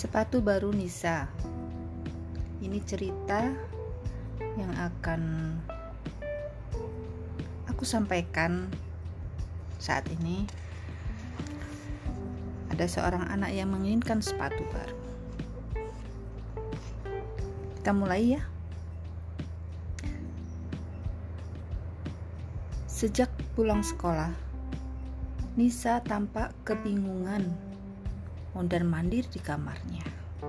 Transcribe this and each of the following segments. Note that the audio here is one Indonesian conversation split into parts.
Sepatu baru Nisa. Ini cerita yang akan aku sampaikan saat ini. Ada seorang anak yang menginginkan sepatu baru. Kita mulai ya. Sejak pulang sekolah, Nisa tampak kebingungan mondar-mandir di kamarnya.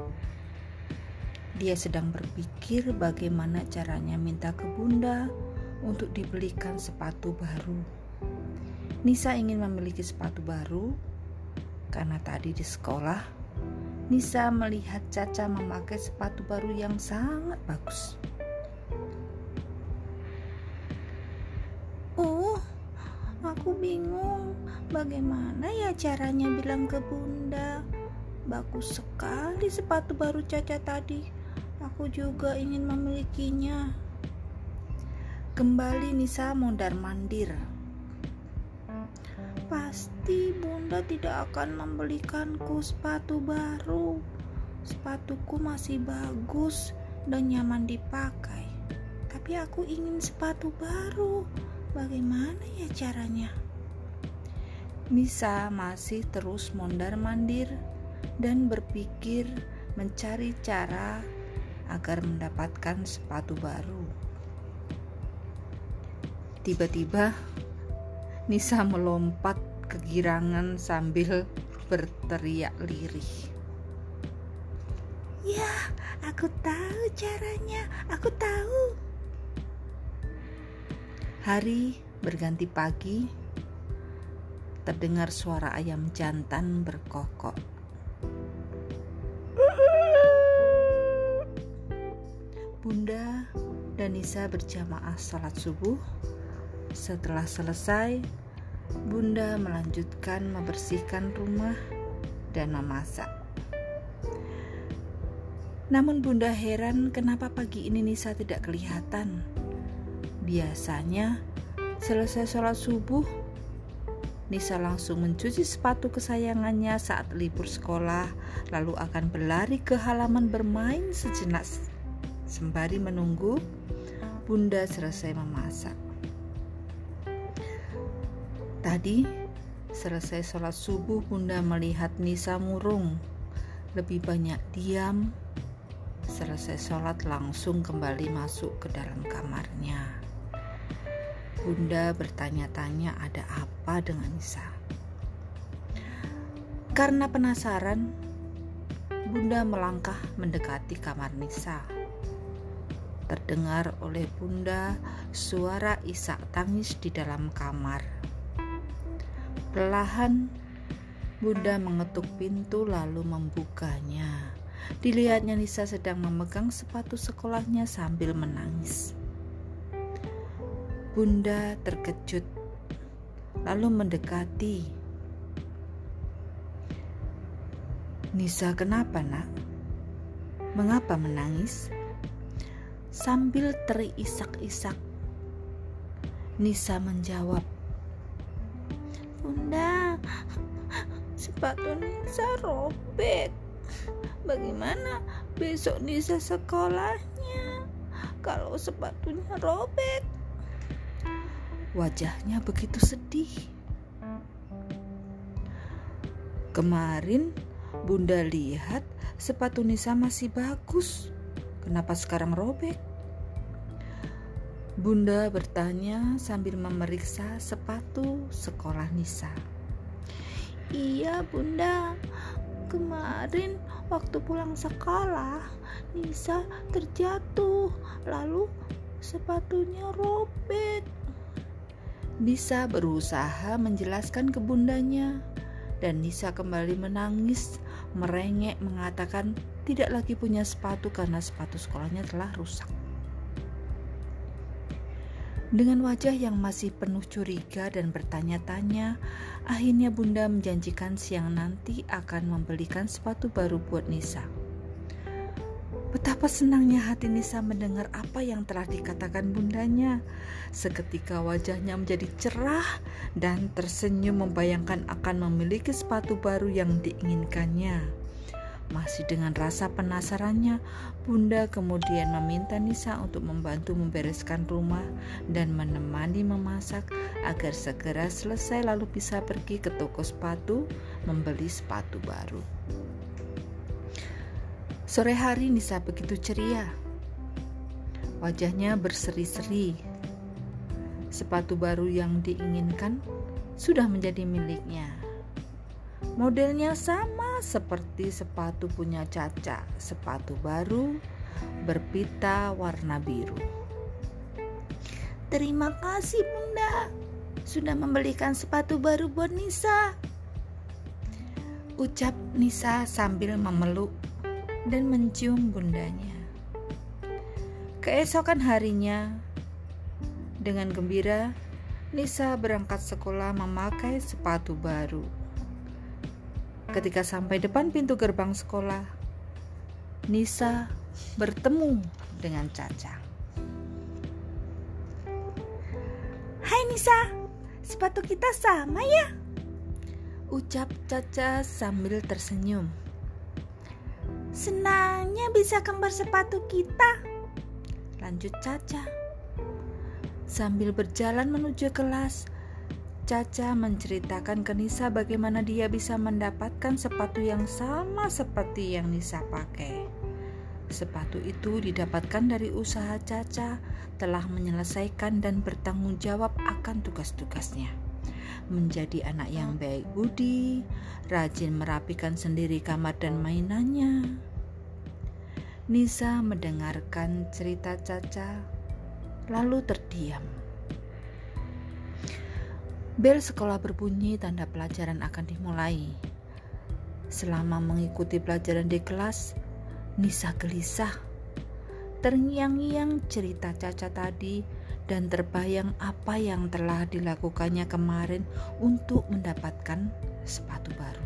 Dia sedang berpikir bagaimana caranya minta ke Bunda untuk dibelikan sepatu baru. Nisa ingin memiliki sepatu baru karena tadi di sekolah Nisa melihat Caca memakai sepatu baru yang sangat bagus. Aku bingung bagaimana ya caranya bilang ke Bunda. Bagus sekali sepatu baru Caca tadi. Aku juga ingin memilikinya. Kembali Nisa mondar-mandir. Pasti Bunda tidak akan membelikanku sepatu baru. Sepatuku masih bagus dan nyaman dipakai. Tapi aku ingin sepatu baru. Bagaimana ya caranya? Nisa masih terus mondar-mandir dan berpikir mencari cara agar mendapatkan sepatu baru. Tiba-tiba Nisa melompat kegirangan sambil berteriak lirih. Ya, aku tahu caranya, aku tahu. Hari berganti pagi, terdengar suara ayam jantan berkokok. Bunda dan Nisa berjamaah salat subuh. Setelah selesai, Bunda melanjutkan membersihkan rumah dan memasak. Namun Bunda heran kenapa pagi ini Nisa tidak kelihatan. Biasanya selesai sholat subuh, Nisa langsung mencuci sepatu kesayangannya saat libur sekolah, lalu akan berlari ke halaman bermain sejenak sembari menunggu Bunda selesai memasak. Tadi selesai sholat subuh, Bunda melihat Nisa murung, lebih banyak diam. Selesai sholat langsung kembali masuk ke dalam kamarnya. Bunda bertanya-tanya ada apa dengan Nisa. Karena penasaran, Bunda melangkah mendekati kamar Nisa. Terdengar oleh Bunda suara isak tangis di dalam kamar. Perlahan Bunda mengetuk pintu lalu membukanya. Dilihatnya Nisa sedang memegang sepatu sekolahnya sambil menangis. Bunda terkejut, lalu mendekati. Nisa, kenapa nak? Mengapa menangis? Sambil terisak-isak, Nisa menjawab, Bunda, sepatu Nisa robek. Bagaimana besok Nisa sekolahnya kalau sepatunya robek? Wajahnya begitu sedih. Kemarin Bunda lihat sepatu Nisa masih bagus. Kenapa sekarang robek? Bunda bertanya sambil memeriksa sepatu sekolah Nisa. Iya Bunda, kemarin waktu pulang sekolah Nisa terjatuh, lalu sepatunya robek. Nisa berusaha menjelaskan ke bundanya dan Nisa kembali menangis, merengek mengatakan tidak lagi punya sepatu karena sepatu sekolahnya telah rusak. Dengan wajah yang masih penuh curiga dan bertanya-tanya, akhirnya Bunda menjanjikan siang nanti akan membelikan sepatu baru buat Nisa. Betapa senangnya hati Nisa mendengar apa yang telah dikatakan bundanya. Seketika wajahnya menjadi cerah dan tersenyum membayangkan akan memiliki sepatu baru yang diinginkannya. Masih dengan rasa penasarannya, Bunda kemudian meminta Nisa untuk membantu membereskan rumah dan menemani memasak agar segera selesai lalu bisa pergi ke toko sepatu membeli sepatu baru. Sore hari Nisa begitu ceria. Wajahnya berseri-seri. Sepatu baru yang diinginkan sudah menjadi miliknya. Modelnya sama seperti sepatu punya Caca, sepatu baru berpita warna biru. Terima kasih Bunda, sudah membelikan sepatu baru buat Nisa, ucap Nisa sambil memeluk dan mencium bundanya. Keesokan harinya, dengan gembira, Nisa berangkat sekolah memakai sepatu baru. Ketika sampai depan pintu gerbang sekolah, Nisa bertemu dengan Caca. Hai Nisa, sepatu kita sama ya? Ucap Caca sambil tersenyum. Senangnya bisa kembar sepatu kita, lanjut Caca. Sambil berjalan menuju kelas, Caca menceritakan ke Nisa bagaimana dia bisa mendapatkan sepatu yang sama seperti yang Nisa pakai. Sepatu itu didapatkan dari usaha Caca telah menyelesaikan dan bertanggung jawab akan tugas-tugasnya. Menjadi anak yang baik budi, rajin merapikan sendiri kamar dan mainannya. Nisa mendengarkan cerita Caca, lalu terdiam. Bel sekolah berbunyi tanda pelajaran akan dimulai. Selama mengikuti pelajaran di kelas, Nisa gelisah. Terngiang-ngiang cerita Caca tadi dan terbayang apa yang telah dilakukannya kemarin untuk mendapatkan sepatu baru.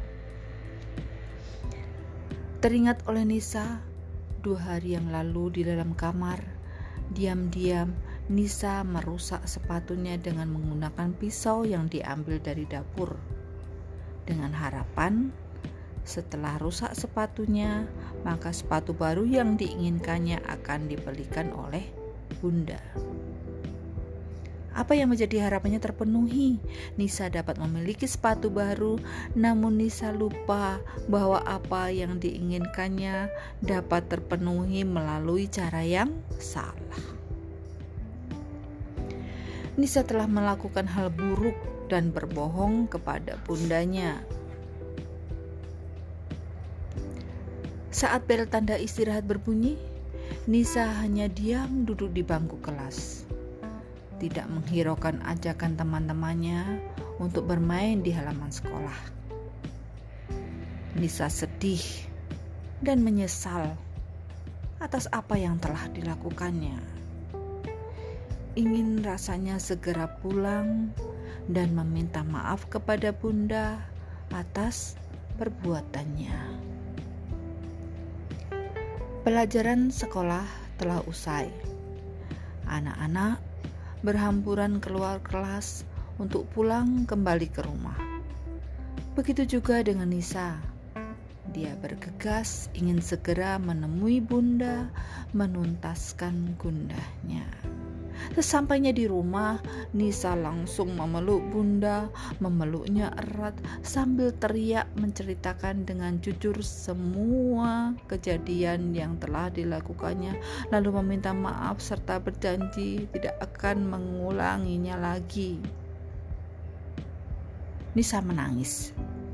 Teringat oleh Nisa, 2 hari yang lalu di dalam kamar, diam-diam Nisa merusak sepatunya dengan menggunakan pisau yang diambil dari dapur. Dengan harapan, setelah rusak sepatunya, maka sepatu baru yang diinginkannya akan dibelikan oleh Bunda. Apa yang menjadi harapannya terpenuhi. Nisa dapat memiliki sepatu baru, namun Nisa lupa bahwa apa yang diinginkannya dapat terpenuhi melalui cara yang salah. Nisa telah melakukan hal buruk dan berbohong kepada bundanya. Saat bel tanda istirahat berbunyi, Nisa hanya diam duduk di bangku kelas, tidak menghiraukan ajakan teman-temannya untuk bermain di halaman sekolah. Nisa sedih dan menyesal atas apa yang telah dilakukannya. Ingin rasanya segera pulang dan meminta maaf kepada Bunda atas perbuatannya. Pelajaran sekolah telah usai. Anak-anak berhamburan keluar kelas untuk pulang kembali ke rumah. Begitu juga dengan Nisa. Dia bergegas ingin segera menemui Bunda, menuntaskan gundahnya. Sesampainya di rumah, Nisa langsung memeluk Bunda, memeluknya erat sambil teriak menceritakan dengan jujur semua kejadian yang telah dilakukannya, lalu meminta maaf serta berjanji tidak akan mengulanginya lagi. Nisa menangis.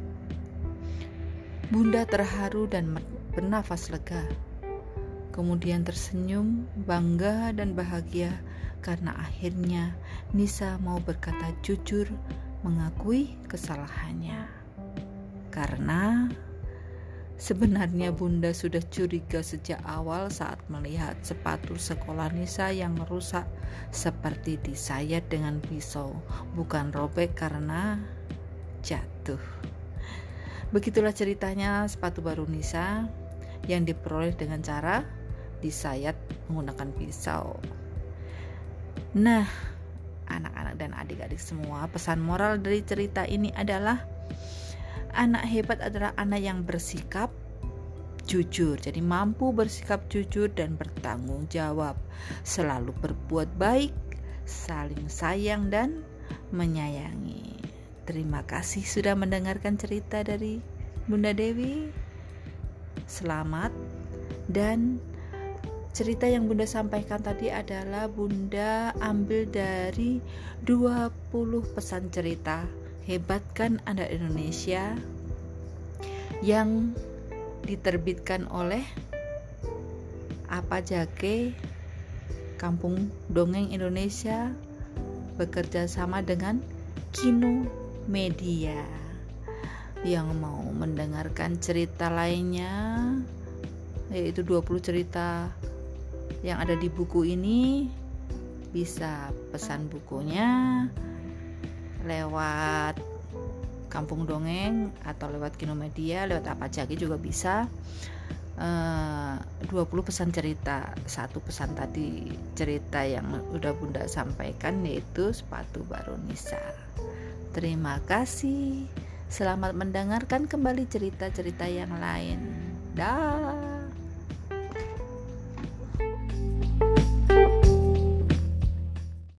Bunda terharu dan bernafas lega. Kemudian tersenyum, bangga dan bahagia karena akhirnya Nisa mau berkata jujur, mengakui kesalahannya. Karena sebenarnya Bunda sudah curiga sejak awal saat melihat sepatu sekolah Nisa yang rusak seperti disayat dengan pisau, bukan robek karena jatuh. Begitulah ceritanya sepatu baru Nisa yang diperoleh dengan cara disayat menggunakan pisau. Nah, anak-anak dan adik-adik semua, pesan moral dari cerita ini adalah anak hebat adalah anak yang bersikap, jujur. Jadi mampu bersikap jujur dan bertanggung jawab, selalu berbuat baik, saling sayang dan menyayangi. Terima kasih sudah mendengarkan cerita dari Bunda Dewi. Selamat. Dan cerita yang Bunda sampaikan tadi adalah Bunda ambil dari 20 pesan cerita Hebatkan Anak Indonesia yang diterbitkan oleh Apa Jake Kampung Dongeng Indonesia bekerja sama dengan Kino Media. Yang mau mendengarkan cerita lainnya, yaitu 20 cerita yang ada di buku ini, bisa pesan bukunya lewat Kampung Dongeng atau lewat Kino Media, lewat Apa Jake juga bisa. 20 pesan cerita. Satu pesan tadi cerita yang udah Bunda sampaikan, yaitu sepatu baru Nisa. Terima kasih. Selamat mendengarkan kembali cerita-cerita yang lain. Dah.